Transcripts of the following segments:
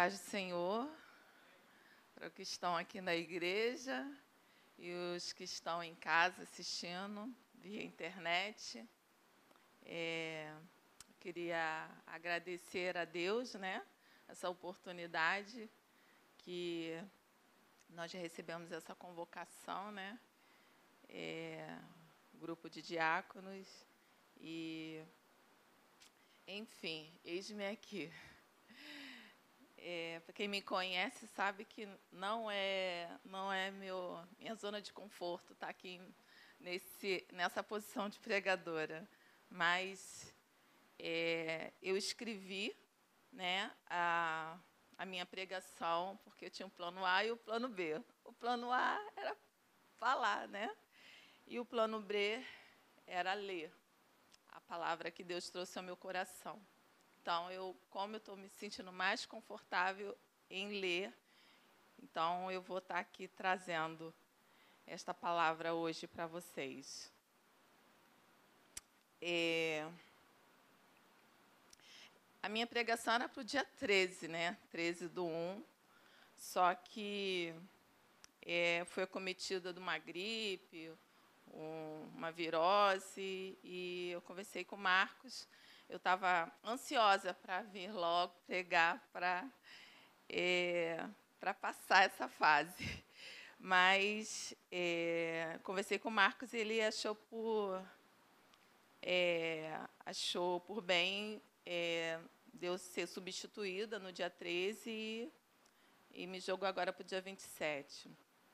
paz do Senhor, para os que estão aqui na igreja e os que estão em casa assistindo via internet. Queria agradecer a Deus, né, essa oportunidade que nós recebemos essa convocação, né, grupo de diáconos e, enfim, eis-me aqui. Para quem me conhece sabe que não é minha zona de conforto estar aqui nessa posição de pregadora, mas eu escrevi, né, a minha pregação porque eu tinha um plano A e o plano B. O plano A era falar, né, e o plano B era ler a palavra que Deus trouxe ao meu coração. Então, como eu estou me sentindo mais confortável em ler, então eu vou estar aqui trazendo esta palavra hoje para vocês. A minha pregação era para o dia 13, né? 13/1, só que foi acometida de uma gripe, uma virose, e eu conversei com o Marcos. Eu estava ansiosa para vir logo pregar, para passar essa fase. Mas conversei com o Marcos e ele achou por bem de eu ser substituída no dia 13 e me jogou agora para o dia 27.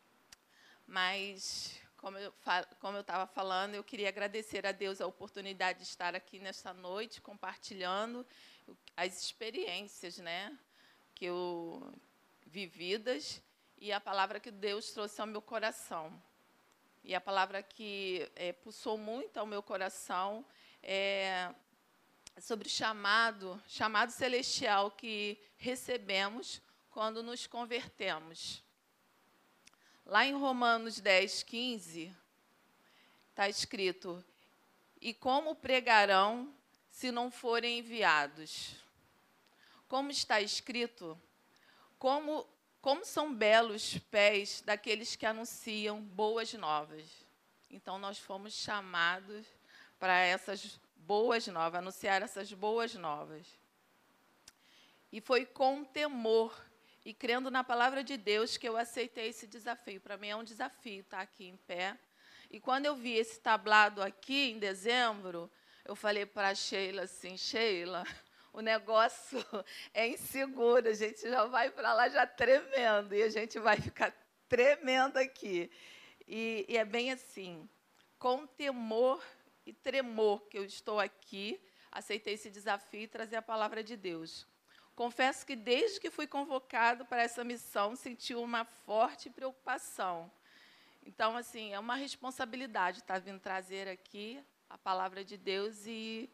Mas, como eu estava falando, eu queria agradecer a Deus a oportunidade de estar aqui nesta noite, compartilhando as experiências, né, que eu vividas e a palavra que Deus trouxe ao meu coração. E a palavra que pulsou muito ao meu coração é sobre o chamado celestial que recebemos quando nos convertemos. Lá em Romanos 10:15, está escrito: e como pregarão se não forem enviados? Como está escrito, como são belos pés daqueles que anunciam boas novas. Então, nós fomos chamados para essas boas novas, anunciar essas boas novas. E foi com temor e crendo na palavra de Deus que eu aceitei esse desafio. Para mim é um desafio estar aqui em pé. E quando eu vi esse tablado aqui, em dezembro, eu falei para a Sheila assim: Sheila, o negócio é inseguro, a gente já vai para lá já tremendo, e a gente vai ficar tremendo aqui. E é bem assim, com temor e tremor que eu estou aqui, aceitei esse desafio e trazer a palavra de Deus. Confesso que desde que fui convocado para essa missão, senti uma forte preocupação. Então, assim, é uma responsabilidade estar vindo trazer aqui a palavra de Deus e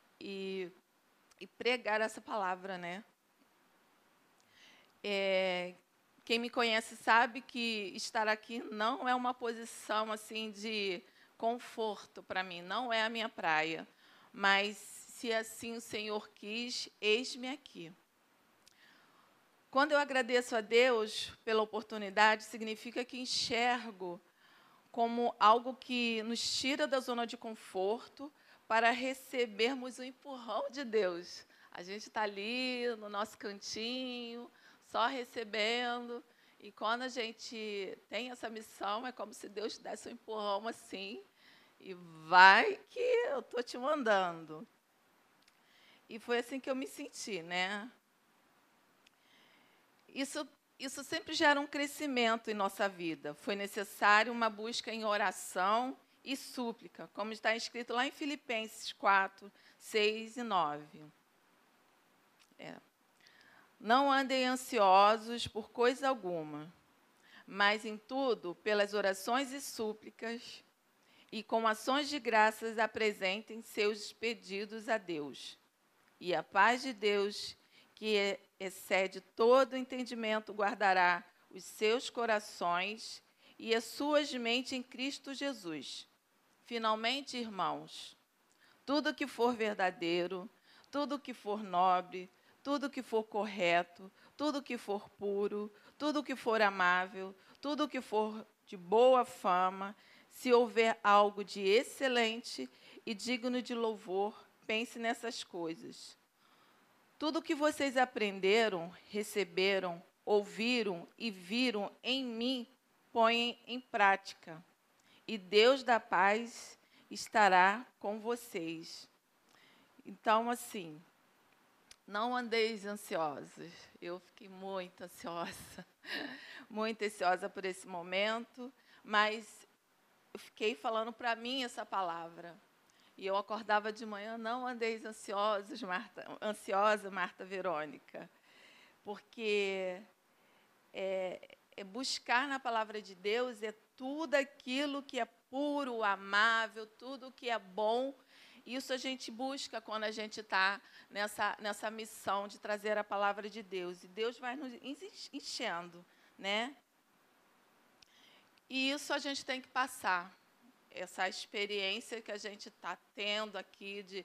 pregar essa palavra, né? Quem me conhece sabe que estar aqui não é uma posição assim de conforto para mim, não é a minha praia. Mas, se assim o Senhor quis, eis-me aqui. Quando eu agradeço a Deus pela oportunidade, significa que enxergo como algo que nos tira da zona de conforto para recebermos o empurrão de Deus. A gente está ali no nosso cantinho, só recebendo, e quando a gente tem essa missão, é como se Deus desse um empurrão assim, e vai que eu estou te mandando. E foi assim que eu me senti, né? Isso sempre gera um crescimento em nossa vida. Foi necessário uma busca em oração e súplica, como está escrito lá em Filipenses 4:6-9. Não andem ansiosos por coisa alguma, mas em tudo, pelas orações e súplicas, e com ações de graças apresentem seus pedidos a Deus. E a paz de Deus, que excede todo entendimento, guardará os seus corações e as suas mentes em Cristo Jesus. Finalmente, irmãos, tudo que for verdadeiro, tudo que for nobre, tudo que for correto, tudo que for puro, tudo que for amável, tudo que for de boa fama, se houver algo de excelente e digno de louvor, pense nessas coisas. Tudo que vocês aprenderam, receberam, ouviram e viram em mim, põem em prática. E Deus da paz estará com vocês. Então, assim, não andeis ansiosos. Eu fiquei muito ansiosa por esse momento, mas eu fiquei falando para mim essa palavra. E eu acordava de manhã, não andeis ansiosa, Marta Verônica, porque é buscar na palavra de Deus é tudo aquilo que é puro, amável, tudo que é bom. Isso a gente busca quando a gente está nessa missão de trazer a palavra de Deus. E Deus vai nos enchendo, né? E isso a gente tem que passar. Essa experiência que a gente está tendo aqui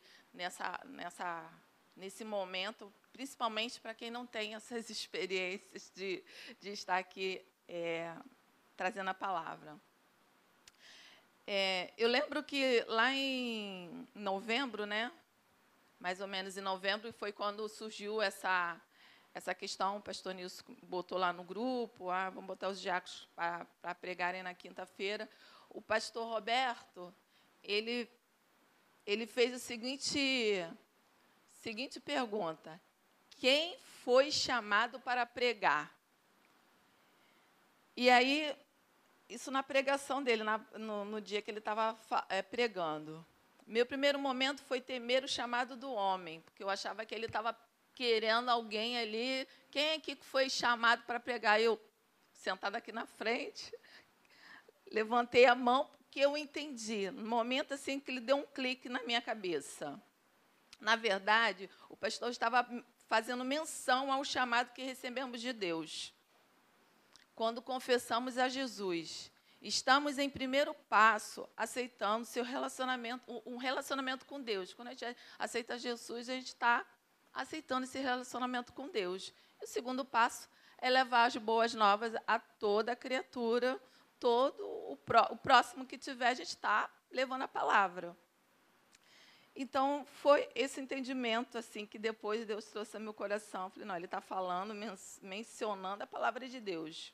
nesse momento, principalmente para quem não tem essas experiências de estar aqui trazendo a palavra. Eu lembro que lá em novembro, né, mais ou menos em novembro, foi quando surgiu essa questão, o pastor Nilson botou lá no grupo, vamos botar os diáconos para pregarem na quinta-feira. O pastor Roberto, ele fez a seguinte pergunta: quem foi chamado para pregar? E aí, isso na pregação dele, no dia que ele estava pregando. Meu primeiro momento foi temer o chamado do homem, porque eu achava que ele estava querendo alguém ali. Quem é que foi chamado para pregar? Eu, sentada aqui na frente, levantei a mão porque eu entendi. No momento assim que ele deu um clique na minha cabeça. Na verdade, o pastor estava fazendo menção ao chamado que recebemos de Deus. Quando confessamos a Jesus, estamos em primeiro passo aceitando um relacionamento com Deus. Quando a gente aceita Jesus, a gente está aceitando esse relacionamento com Deus. E o segundo passo é levar as boas novas a toda criatura, todo o próximo que tiver, a gente está levando a palavra. Então, foi esse entendimento assim que depois Deus trouxe ao meu coração. Eu falei, não, ele está falando, mencionando a palavra de Deus.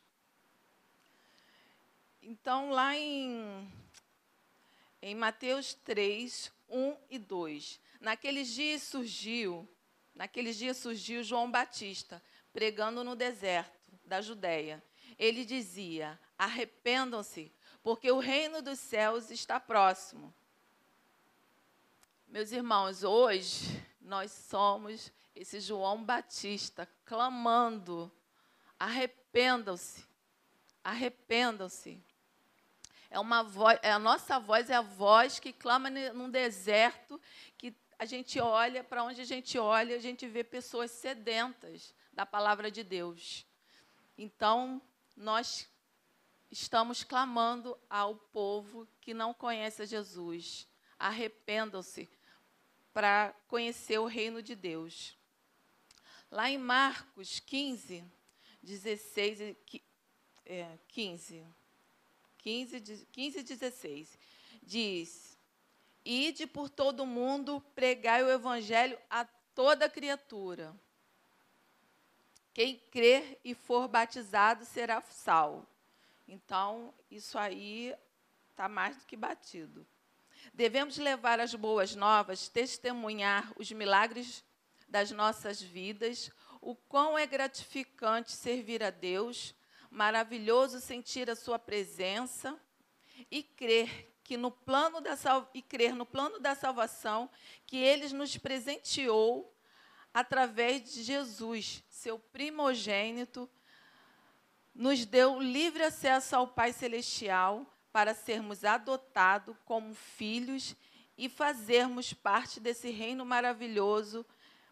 Então, lá em Mateus 3, 1 e 2, naqueles dias surgiu João Batista, pregando no deserto da Judéia. Ele dizia, arrependam-se, porque o reino dos céus está próximo. Meus irmãos, hoje nós somos esse João Batista clamando, arrependam-se, arrependam-se. A nossa voz é a voz que clama num deserto, que a gente olha, para onde a gente olha, a gente vê pessoas sedentas da palavra de Deus. Então, nós estamos clamando ao povo que não conhece a Jesus. Arrependam-se para conhecer o reino de Deus. Lá em Marcos 15, 16 15 e 16, diz, ide por todo o mundo, pregai o evangelho a toda criatura. Quem crer e for batizado será salvo. Então, isso aí está mais do que batido. Devemos levar as boas novas, testemunhar os milagres das nossas vidas, o quão é gratificante servir a Deus, maravilhoso sentir a sua presença e crer no plano da salvação que Ele nos presenteou através de Jesus, seu primogênito, nos deu livre acesso ao Pai Celestial para sermos adotados como filhos e fazermos parte desse reino maravilhoso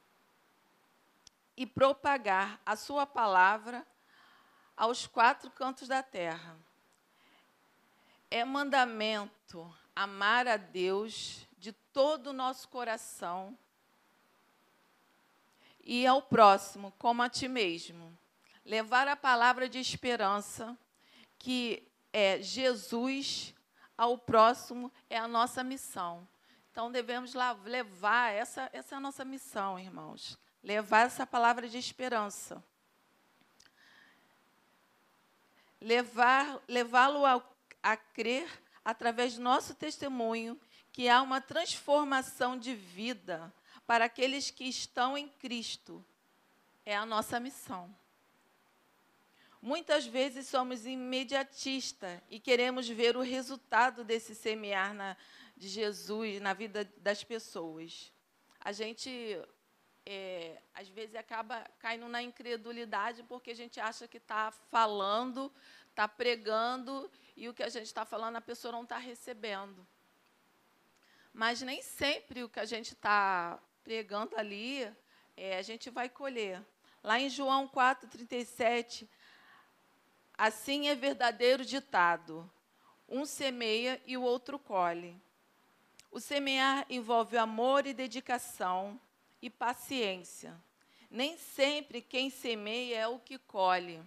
e propagar a sua palavra aos 4 cantos da terra. É mandamento amar a Deus de todo o nosso coração e ao próximo como a ti mesmo. Levar a palavra de esperança, que é Jesus, ao próximo, é a nossa missão. Então, devemos levar, essa é a nossa missão, irmãos. Levar essa palavra de esperança. Levá-lo a crer, através do nosso testemunho, que há uma transformação de vida para aqueles que estão em Cristo. É a nossa missão. Muitas vezes somos imediatistas e queremos ver o resultado desse semear de Jesus na vida das pessoas. A gente, às vezes, acaba caindo na incredulidade porque a gente acha que está falando, está pregando, e o que a gente está falando a pessoa não está recebendo. Mas nem sempre o que a gente está pregando ali, a gente vai colher. Lá em João 4,37, assim é verdadeiro ditado: um semeia e o outro colhe. O semear envolve amor e dedicação e paciência. Nem sempre quem semeia é o que colhe.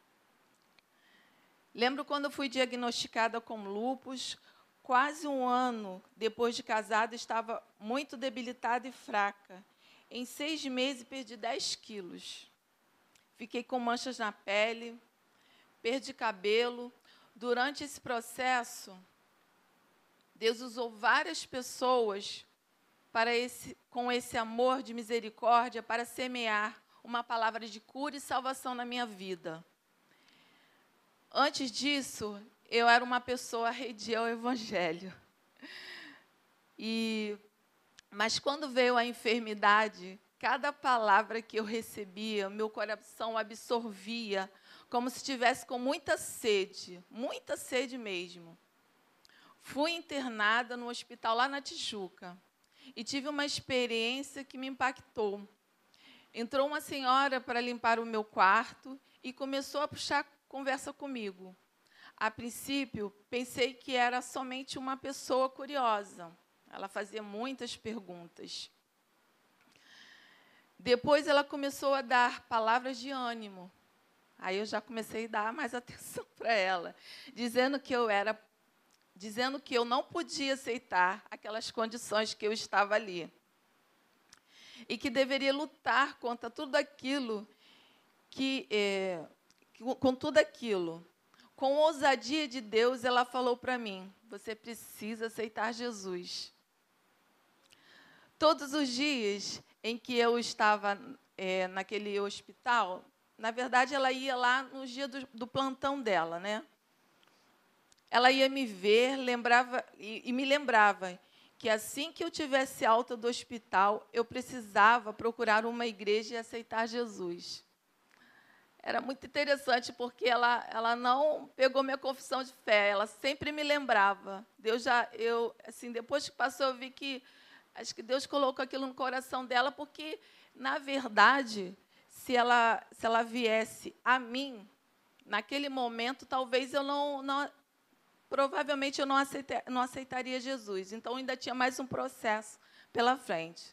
Lembro quando eu fui diagnosticada com lúpus, quase um ano depois de casada, estava muito debilitada e fraca. Em 6 meses, perdi 10 quilos. Fiquei com manchas na pele, perdi cabelo. Durante esse processo, Deus usou várias pessoas com esse amor de misericórdia para semear uma palavra de cura e salvação na minha vida. Antes disso, eu era uma pessoa arredia ao Evangelho. Mas quando veio a enfermidade, cada palavra que eu recebia, meu coração absorvia, como se estivesse com muita sede mesmo. Fui internada no hospital lá na Tijuca e tive uma experiência que me impactou. Entrou uma senhora para limpar o meu quarto e começou a puxar conversa comigo. A princípio, pensei que era somente uma pessoa curiosa. Ela fazia muitas perguntas. Depois, ela começou a dar palavras de ânimo. Aí eu já comecei a dar mais atenção para ela, dizendo que eu não podia aceitar aquelas condições que eu estava ali. E que deveria lutar contra tudo aquilo com tudo aquilo. Com ousadia de Deus, ela falou para mim: você precisa aceitar Jesus. Todos os dias em que eu estava naquele hospital, na verdade, ela ia lá no dia do plantão dela, né? Ela ia me ver, me lembrava que assim que eu tivesse alta do hospital, eu precisava procurar uma igreja e aceitar Jesus. Era muito interessante, porque ela não pegou minha confissão de fé, ela sempre me lembrava. Depois que passou, eu vi que acho que Deus colocou aquilo no coração dela, porque, na verdade, se ela viesse a mim, naquele momento, talvez provavelmente eu não aceitaria Jesus. Então, ainda tinha mais um processo pela frente.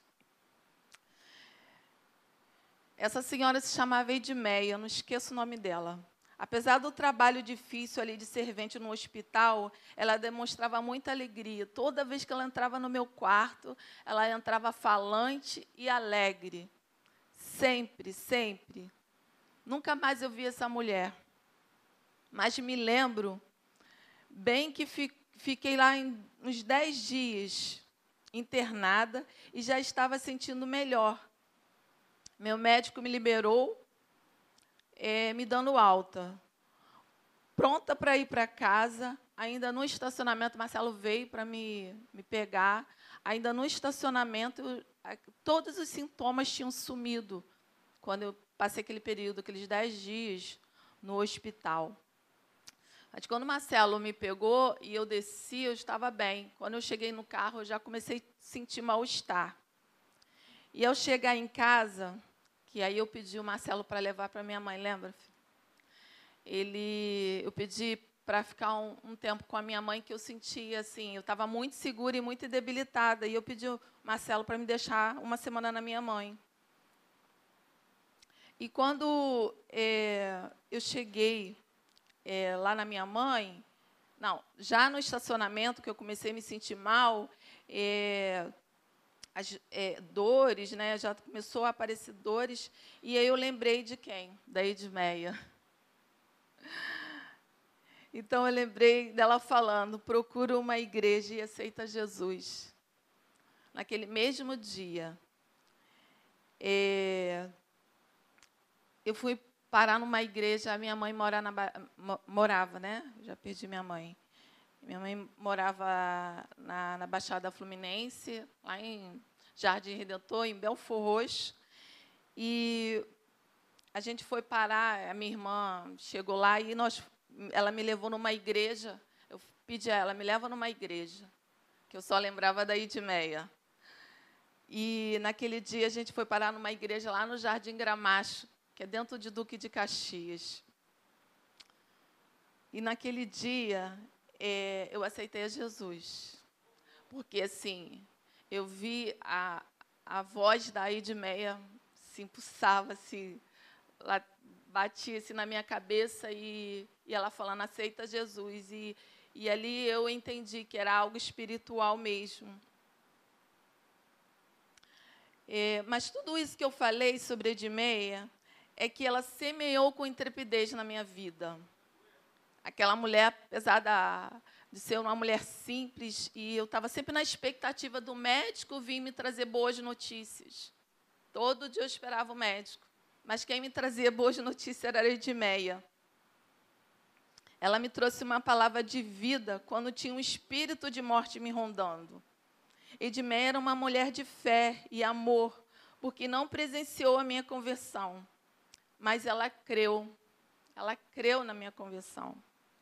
Essa senhora se chamava Edmeia, eu não esqueço o nome dela. Apesar do trabalho difícil ali de servente no hospital, ela demonstrava muita alegria. Toda vez que ela entrava no meu quarto, ela entrava falante e alegre. Sempre, sempre. Nunca mais eu vi essa mulher. Mas me lembro bem que fiquei lá uns 10 dias internada e já estava sentindo melhor. Meu médico me liberou, me dando alta. Pronta para ir para casa, ainda no estacionamento, Marcelo veio para me pegar. Ainda no estacionamento, todos os sintomas tinham sumido quando eu passei aquele período, aqueles 10 dias no hospital. Mas quando o Marcelo me pegou e eu desci, eu estava bem. Quando eu cheguei no carro, eu já comecei a sentir mal-estar. E ao chegar em casa, que aí eu pedi o Marcelo para levar para minha mãe, lembra? Eu pedi para ficar um tempo com a minha mãe, que eu sentia assim, eu estava muito segura e muito debilitada. E eu pedi o Marcelo para me deixar uma semana na minha mãe. E quando eu cheguei lá na minha mãe, não, já no estacionamento, que eu comecei a me sentir mal, as dores, né, já começou a aparecer dores, e aí eu lembrei de quem? Da Edmeia. Então, eu lembrei dela falando, procura uma igreja e aceita Jesus. Naquele mesmo dia, eu fui parar numa igreja, a minha mãe morava, né? Já perdi minha mãe. Minha mãe morava na Baixada Fluminense, lá em Jardim Redentor, em Belfor Roxo. E a gente foi parar, a minha irmã chegou lá e ela me levou numa igreja. Eu pedi a ela, me leva numa igreja, que eu só lembrava da Edmeia. E, naquele dia, a gente foi parar numa igreja lá no Jardim Gramacho, que é dentro de Duque de Caxias. E, naquele dia, eu aceitei a Jesus. Porque, assim, eu vi a voz da Edmeia se impulsava, assim, batia assim, na minha cabeça e ela falando, aceita Jesus. E ali eu entendi que era algo espiritual mesmo. Mas tudo isso que eu falei sobre Edmeia é que ela semeou com intrepidez na minha vida. Aquela mulher, apesar de ser uma mulher simples, e eu estava sempre na expectativa do médico vir me trazer boas notícias. Todo dia eu esperava o médico, mas quem me trazia boas notícias era a Edmeia. Ela me trouxe uma palavra de vida quando tinha um espírito de morte me rondando. Edmeia era uma mulher de fé e amor, porque não presenciou a minha conversão, mas ela creu na minha conversão.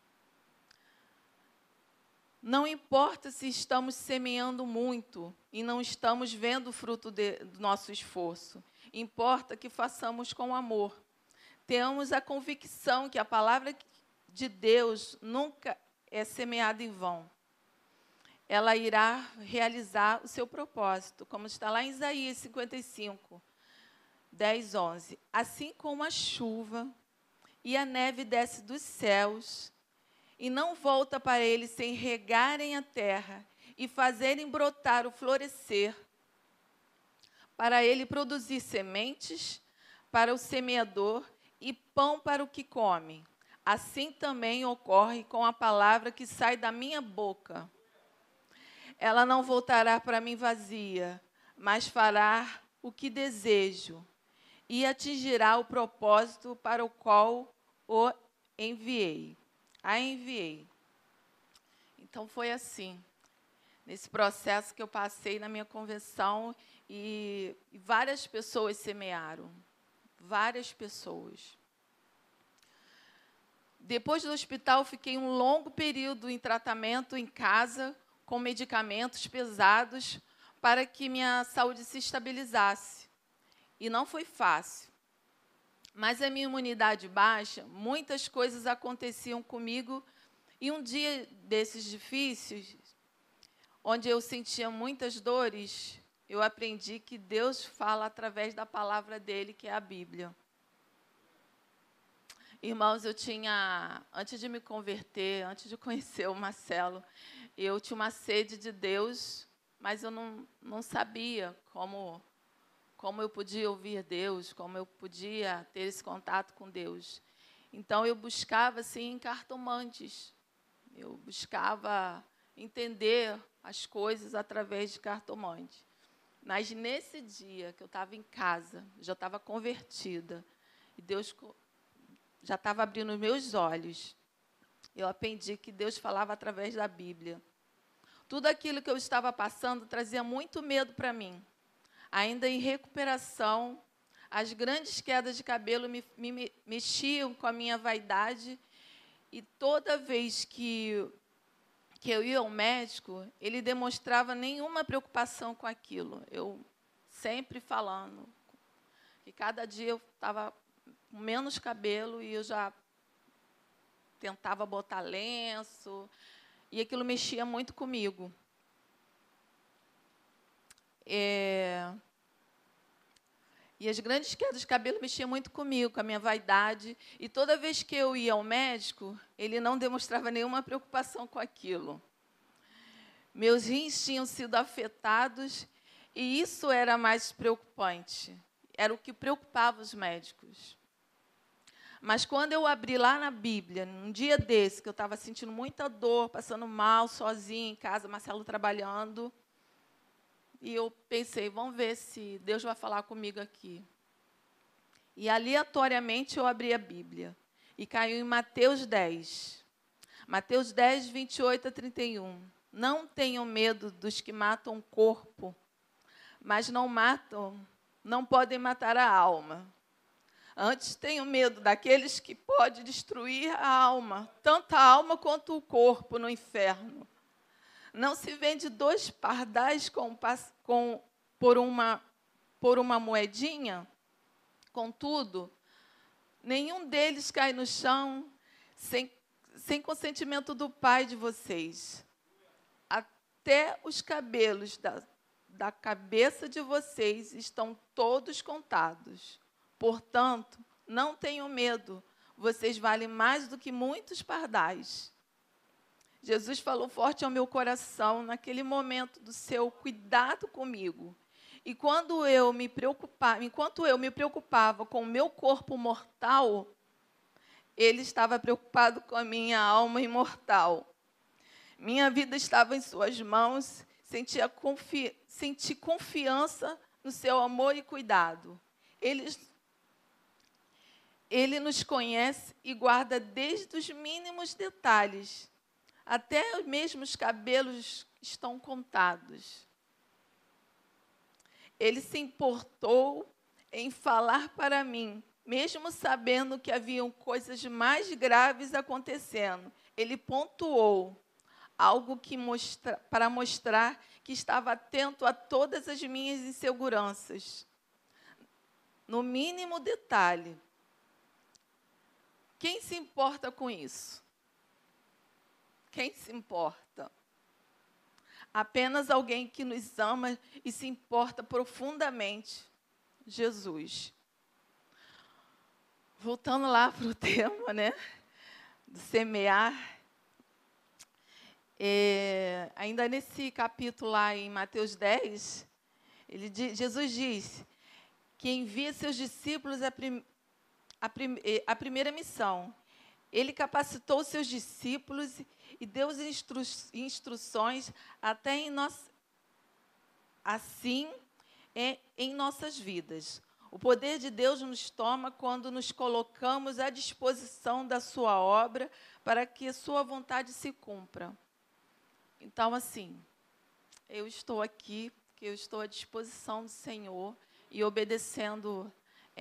Não importa se estamos semeando muito e não estamos vendo o fruto do nosso esforço, importa que façamos com amor. Tenhamos a convicção que a palavra de Deus nunca é semeada em vão. Ela irá realizar o seu propósito, como está lá em Isaías 55, 10, 11. Assim como a chuva e a neve desce dos céus e não volta para eles sem regarem a terra e fazerem brotar o florescer, para ele produzir sementes para o semeador e pão para o que come. Assim também ocorre com a palavra que sai da minha boca. Ela não voltará para mim vazia, mas fará o que desejo e atingirá o propósito para o qual a enviei. Então, foi assim, nesse processo que eu passei na minha conversão, e várias pessoas semearam, várias pessoas. Depois do hospital, fiquei um longo período em tratamento em casa, com medicamentos pesados, para que minha saúde se estabilizasse. E não foi fácil. Mas a minha imunidade baixa, muitas coisas aconteciam comigo, e um dia desses difíceis, onde eu sentia muitas dores, eu aprendi que Deus fala através da palavra dele, que é a Bíblia. Irmãos, antes de me converter, antes de conhecer o Marcelo, eu tinha uma sede de Deus, mas eu não sabia como eu podia ouvir Deus, como eu podia ter esse contato com Deus. Então, eu buscava, assim, cartomantes. Eu buscava entender as coisas através de cartomante. Mas, nesse dia que eu estava em casa, já estava convertida, e Deus já estava abrindo os meus olhos, eu aprendi que Deus falava através da Bíblia. Tudo aquilo que eu estava passando trazia muito medo para mim. Ainda em recuperação, as grandes quedas de cabelo me mexiam com a minha vaidade, e toda vez que eu ia ao médico, ele demonstrava nenhuma preocupação com aquilo. Eu sempre falando que cada dia eu estava com menos cabelo e eu já tentava botar lenço, e aquilo mexia muito comigo. E as grandes quedas de cabelo mexiam muito comigo, com a minha vaidade. E toda vez que eu ia ao médico, ele não demonstrava nenhuma preocupação com aquilo. Meus rins tinham sido afetados e isso era mais preocupante. Era o que preocupava os médicos. Mas quando eu abri lá na Bíblia, num dia desse, que eu estava sentindo muita dor, passando mal, sozinha em casa, Marcelo trabalhando, e eu pensei, vamos ver se Deus vai falar comigo aqui. E aleatoriamente eu abri a Bíblia e caiu em Mateus 10. Mateus 10, 28 a 31. Não tenham medo dos que matam o corpo, mas não podem matar a alma. Antes tenham medo daqueles que podem destruir a alma, tanto a alma quanto o corpo no inferno. Não se vende 2 pardais por uma moedinha? Contudo, nenhum deles cai no chão sem consentimento do Pai de vocês. Até os cabelos da cabeça de vocês estão todos contados. Portanto, não tenham medo, vocês valem mais do que muitos pardais. Jesus falou forte ao meu coração naquele momento do seu cuidado comigo. E enquanto eu me preocupava com o meu corpo mortal, ele estava preocupado com a minha alma imortal. Minha vida estava em suas mãos, senti confiança no seu amor e cuidado. Ele nos conhece e guarda desde os mínimos detalhes. Até mesmo os cabelos estão contados. Ele se importou em falar para mim, mesmo sabendo que haviam coisas mais graves acontecendo. Ele pontuou algo para mostrar que estava atento a todas as minhas inseguranças. No mínimo detalhe. Quem se importa com isso? Quem se importa? Apenas alguém que nos ama e se importa profundamente. Jesus. Voltando lá para o tema, né? Do semear. Ainda nesse capítulo lá em Mateus 10, Jesus diz que envia seus discípulos a primeira missão. Ele capacitou seus discípulos e deu instruções até em nossas vidas. O poder de Deus nos toma quando nos colocamos à disposição da sua obra para que a sua vontade se cumpra. Então, assim, eu estou aqui, porque eu estou à disposição do Senhor e obedecendo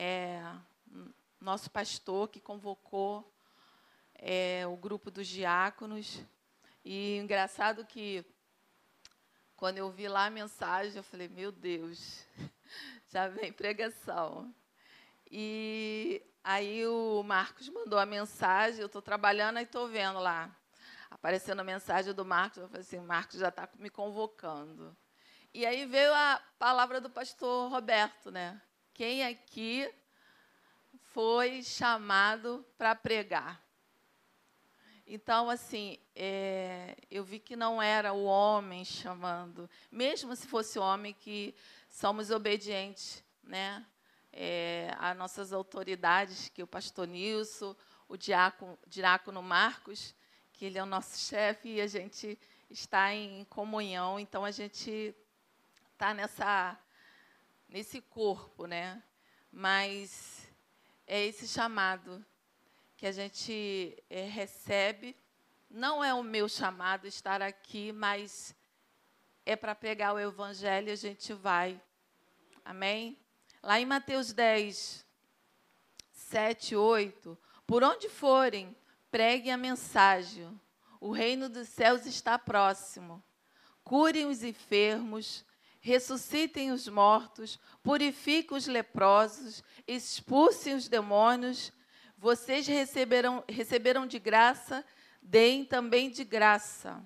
nosso pastor que convocou o grupo dos diáconos. E engraçado que, quando eu vi lá a mensagem, eu falei, meu Deus, já vem pregação. E aí o Marcos mandou a mensagem, eu estou trabalhando e estou vendo lá, aparecendo a mensagem do Marcos, eu falei assim, Marcos já está me convocando. E aí veio a palavra do pastor Roberto, né? Quem aqui foi chamado para pregar? Então, assim, eu vi que não era o homem chamando, mesmo se fosse o homem, que somos obedientes, né? Às nossas autoridades, que o pastor Nilson, o diácono Marcos, que ele é o nosso chefe, e a gente está em comunhão, então a gente está nesse corpo, né? Mas é esse chamado que a gente recebe. Não é o meu chamado estar aqui, mas é para pregar o Evangelho e a gente vai. Amém? Lá em Mateus 10, 7, 8, por onde forem, preguem a mensagem. O reino dos céus está próximo. Curem os enfermos, ressuscitem os mortos, purifiquem os leprosos, expulsem os demônios. Vocês receberam de graça, deem também de graça.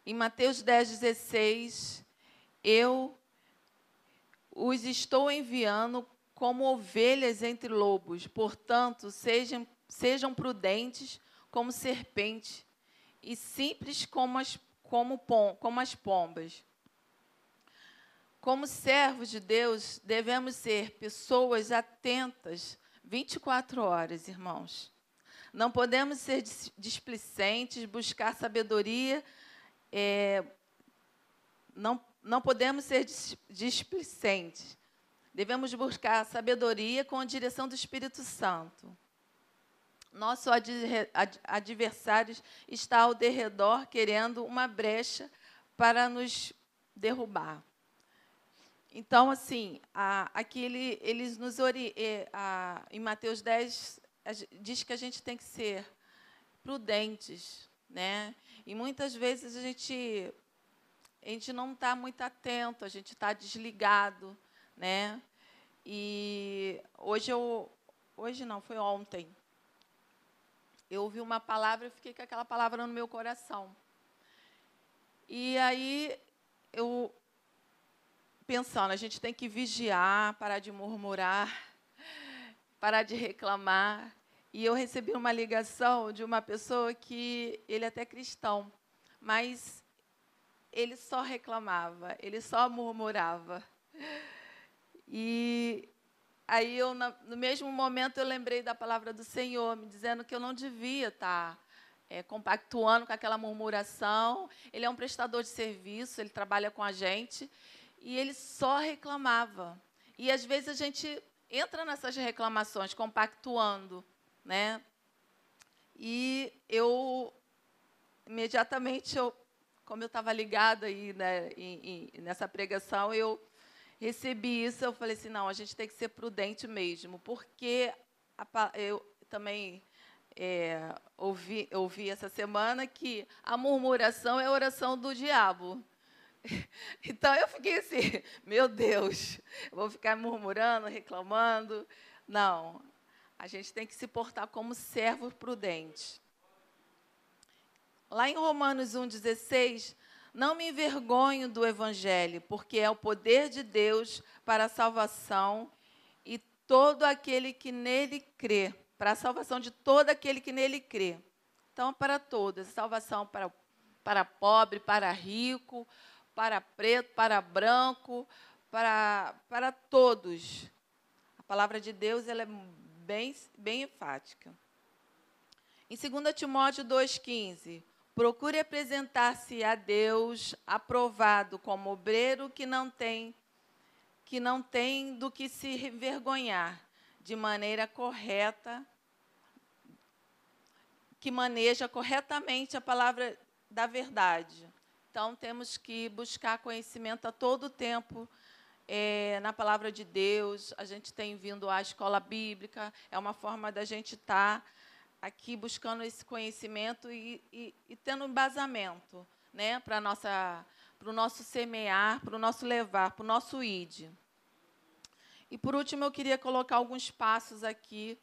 Em Mateus 10,16, eu os estou enviando como ovelhas entre lobos. Portanto, sejam prudentes como serpentes e simples como as pombas. Como servos de Deus, devemos ser pessoas atentas 24 horas, irmãos. Não podemos ser displicentes, buscar sabedoria. Não podemos ser displicentes. Devemos buscar sabedoria com a direção do Espírito Santo. Nosso adversário está ao derredor, querendo uma brecha para nos derrubar. Então, assim, aqui eles nos em Mateus 10, diz que a gente tem que ser prudentes, né? E muitas vezes a gente não está muito atento, a gente está desligado, né? E hoje não, foi ontem, eu ouvi uma palavra e fiquei com aquela palavra no meu coração. E aí, eu pensando, a gente tem que vigiar, parar de murmurar, parar de reclamar. E eu recebi uma ligação de uma pessoa que ele é até cristão, mas ele só reclamava, ele só murmurava. E aí, no mesmo momento, eu lembrei da palavra do Senhor, me dizendo que eu não devia estar compactuando com aquela murmuração. Ele é um prestador de serviço, ele trabalha com a gente, e ele só reclamava. E, às vezes, a gente entra nessas reclamações, compactuando, né? E imediatamente, como eu estava ligada aí, né, nessa pregação, eu recebi isso, eu falei assim, não, a gente tem que ser prudente mesmo, porque eu também ouvi essa semana que a murmuração é a oração do diabo. Então, eu fiquei assim, meu Deus, eu vou ficar murmurando, reclamando. Não, a gente tem que se portar como servo prudente. Lá em Romanos 1,16, não me envergonho do Evangelho, porque é o poder de Deus para a salvação e todo aquele que nele crê, para a salvação de todo aquele que nele crê. Então, para todos, salvação para pobre, para rico, para preto, para branco, para todos. A palavra de Deus ela é bem enfática. Em 2 Timóteo 2,15, procure apresentar-se a Deus aprovado como obreiro que não tem do que se envergonhar, de maneira correta, que maneja corretamente a palavra da verdade. Então, temos que buscar conhecimento a todo tempo na palavra de Deus. A gente tem vindo à escola bíblica, é uma forma da gente estar aqui buscando esse conhecimento e tendo embasamento, né, para o nosso semear, para o nosso levar, para o nosso id. E, por último, eu queria colocar alguns passos aqui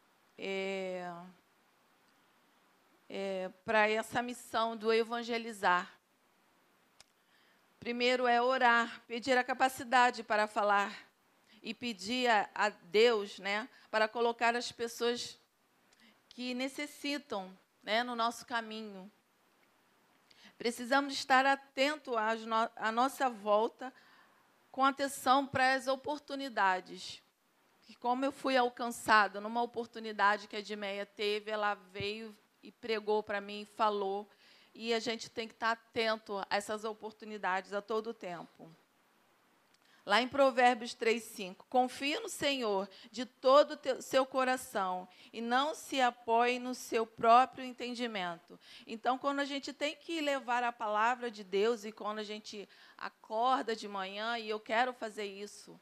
para essa missão do evangelizar. Primeiro é orar, pedir a capacidade para falar e pedir a Deus, né, para colocar as pessoas que necessitam, né, no nosso caminho. Precisamos estar atentos à nossa volta, com atenção para as oportunidades. E como eu fui alcançada numa oportunidade que a Edmeia teve, ela veio e pregou para mim, falou. E a gente tem que estar atento a essas oportunidades a todo tempo. Lá em Provérbios 3,5, confie no Senhor de todo o seu coração e não se apoie no seu próprio entendimento. Então, quando a gente tem que levar a palavra de Deus e quando a gente acorda de manhã, e eu quero fazer isso,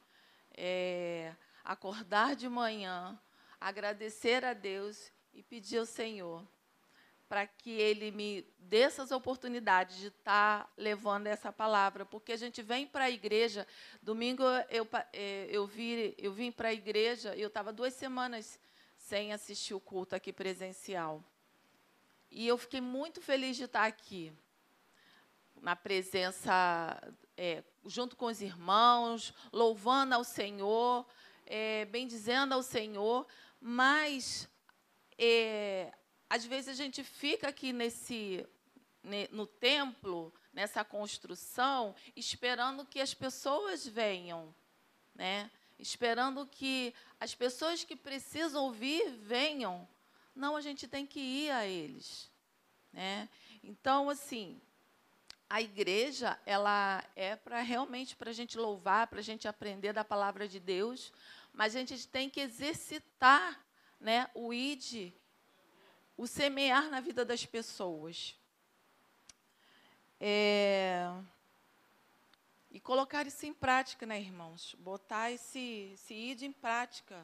acordar de manhã, agradecer a Deus e pedir ao Senhor para que Ele me dê essas oportunidades de estar levando essa palavra. Porque a gente vem para a igreja, domingo eu vim para a igreja, e eu estava 2 semanas sem assistir o culto aqui presencial. E eu fiquei muito feliz de estar aqui. na presença, junto com os irmãos, louvando ao Senhor, bendizendo ao Senhor, mas às vezes a gente fica aqui no templo, nessa construção, esperando que as pessoas venham, né? Esperando que as pessoas que precisam ouvir venham. Não, a gente tem que ir a eles, né? Então, assim, a igreja, ela é realmente para a gente louvar, para a gente aprender da palavra de Deus, mas a gente tem que exercitar, né, o ide, o semear na vida das pessoas. E colocar isso em prática, né, irmãos? Botar esse ide em prática.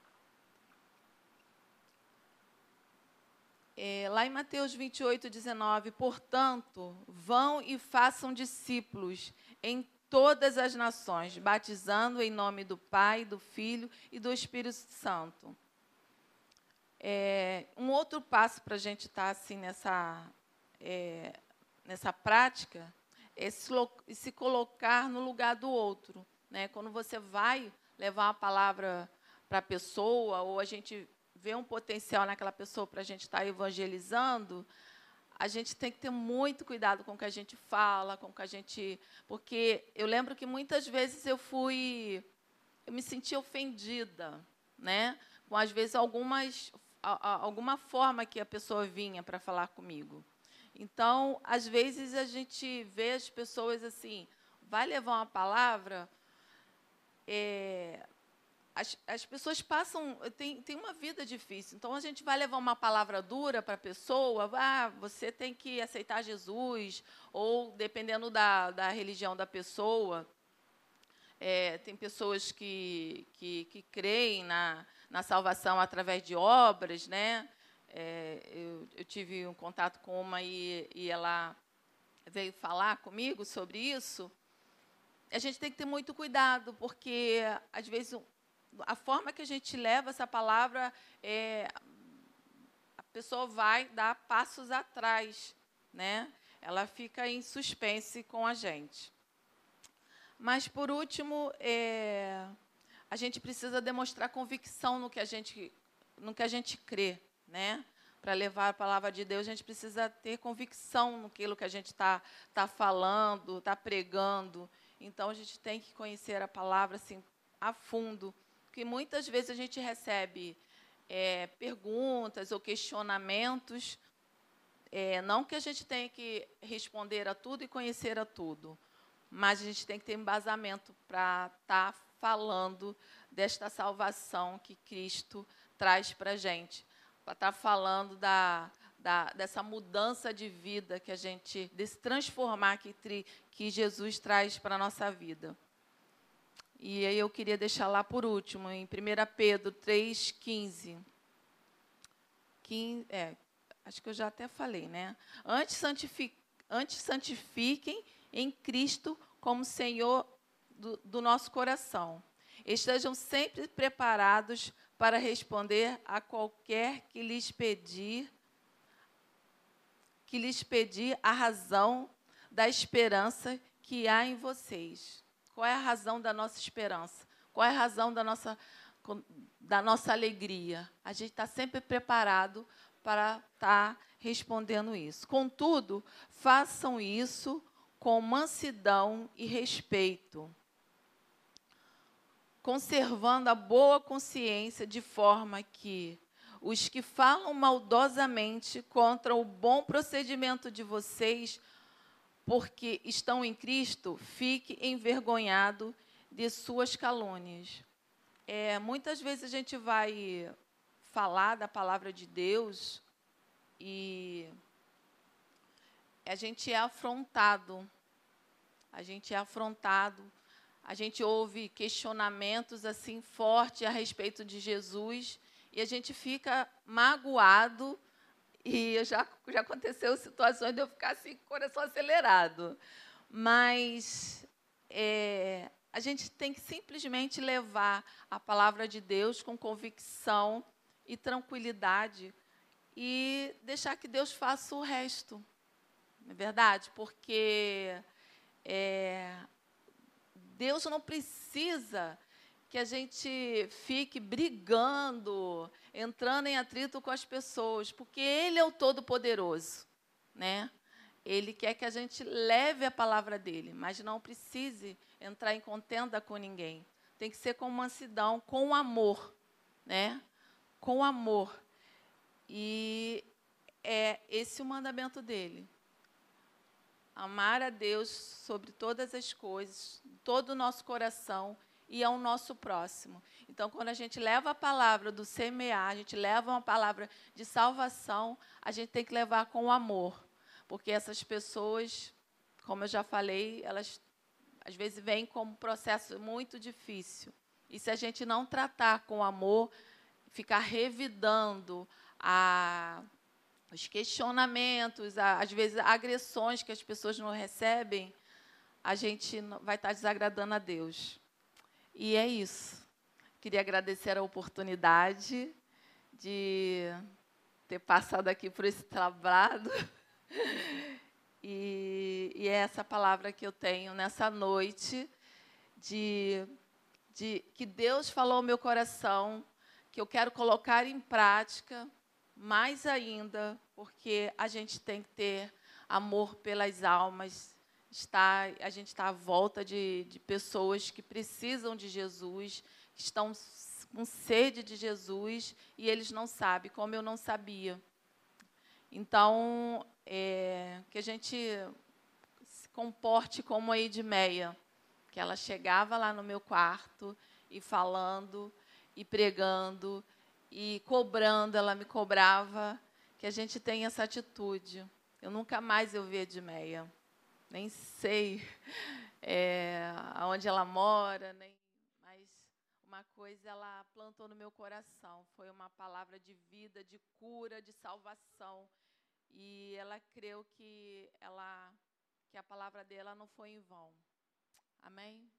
Lá em Mateus 28:19, portanto, vão e façam discípulos em todas as nações, batizando em nome do Pai, do Filho e do Espírito Santo. Um outro passo para a gente estar assim nessa prática é se colocar no lugar do outro, né? Quando você vai levar uma palavra para a pessoa, ou a gente vê um potencial naquela pessoa para a gente estar evangelizando, a gente tem que ter muito cuidado com o que a gente fala, com o que a gente... Porque eu lembro que muitas vezes eu me senti ofendida, né? Com, às vezes, alguma forma que a pessoa vinha para falar comigo. Então, às vezes, a gente vê as pessoas assim, vai levar uma palavra, as pessoas têm uma vida difícil. Então, a gente vai levar uma palavra dura para a pessoa, você tem que aceitar Jesus, ou, dependendo da religião da pessoa, tem pessoas que creem na salvação através de obras, né? Eu tive um contato com uma e ela veio falar comigo sobre isso. A gente tem que ter muito cuidado, porque, às vezes, a forma que a gente leva essa palavra, a pessoa vai dar passos atrás, né? Ela fica em suspense com a gente. Mas, por último, a gente precisa demonstrar convicção no que a gente crê, né? Para levar a palavra de Deus, a gente precisa ter convicção naquilo que a gente está falando, está pregando. Então, a gente tem que conhecer a palavra assim, a fundo, porque muitas vezes a gente recebe perguntas ou questionamentos, não que a gente tenha que responder a tudo e conhecer a tudo, mas a gente tem que ter embasamento para estar falando desta salvação que Cristo traz para a gente, para estar falando dessa mudança de vida que a gente, desse transformar que Jesus traz para a nossa vida. E aí eu queria deixar lá por último, em 1 Pedro 3,15. Acho que eu já até falei, né? Antes santifiquem em Cristo como Senhor do nosso coração. Estejam sempre preparados para responder a qualquer que lhes pedir a razão da esperança que há em vocês. Qual é a razão da nossa esperança? Qual é a razão da nossa alegria? A gente está sempre preparado para estar respondendo isso. Contudo, façam isso com mansidão e respeito, conservando a boa consciência, de forma que os que falam maldosamente contra o bom procedimento de vocês, porque estão em Cristo, fique envergonhado de suas calúnias. Muitas vezes a gente vai falar da palavra de Deus e a gente é afrontado. A gente ouve questionamentos assim fortes a respeito de Jesus e a gente fica magoado. E já aconteceu situações de eu ficar assim, com o coração acelerado. Mas a gente tem que simplesmente levar a palavra de Deus com convicção e tranquilidade e deixar que Deus faça o resto. Não é verdade? Porque Deus não precisa que a gente fique brigando, entrando em atrito com as pessoas, porque Ele é o Todo-Poderoso, né? Ele quer que a gente leve a palavra dele, mas não precise entrar em contenda com ninguém. Tem que ser com mansidão, com amor, né? Com amor. E é esse o mandamento dele. Amar a Deus sobre todas as coisas, todo o nosso coração e ao nosso próximo. Então, quando a gente leva a palavra do semear, a gente leva uma palavra de salvação, a gente tem que levar com amor. Porque essas pessoas, como eu já falei, elas às vezes vêm como um processo muito difícil. E se a gente não tratar com amor, ficar revidando os questionamentos, às vezes agressões que as pessoas não recebem, a gente vai estar desagradando a Deus. E é isso. Queria agradecer a oportunidade de ter passado aqui por esse trabalho. E é essa palavra que eu tenho nessa noite, de que Deus falou ao meu coração, que eu quero colocar em prática, mais ainda, porque a gente tem que ter amor pelas almas. A gente está à volta de pessoas que precisam de Jesus, que estão com sede de Jesus, e eles não sabem, como eu não sabia. Então, que a gente se comporte como a Edmeia, que ela chegava lá no meu quarto e falando, e pregando, e cobrando, ela me cobrava, que a gente tem essa atitude. Eu nunca mais vi a Edmeia, nem sei aonde ela mora, mas uma coisa ela plantou no meu coração, foi uma palavra de vida, de cura, de salvação. E ela creu que a palavra dela não foi em vão. Amém?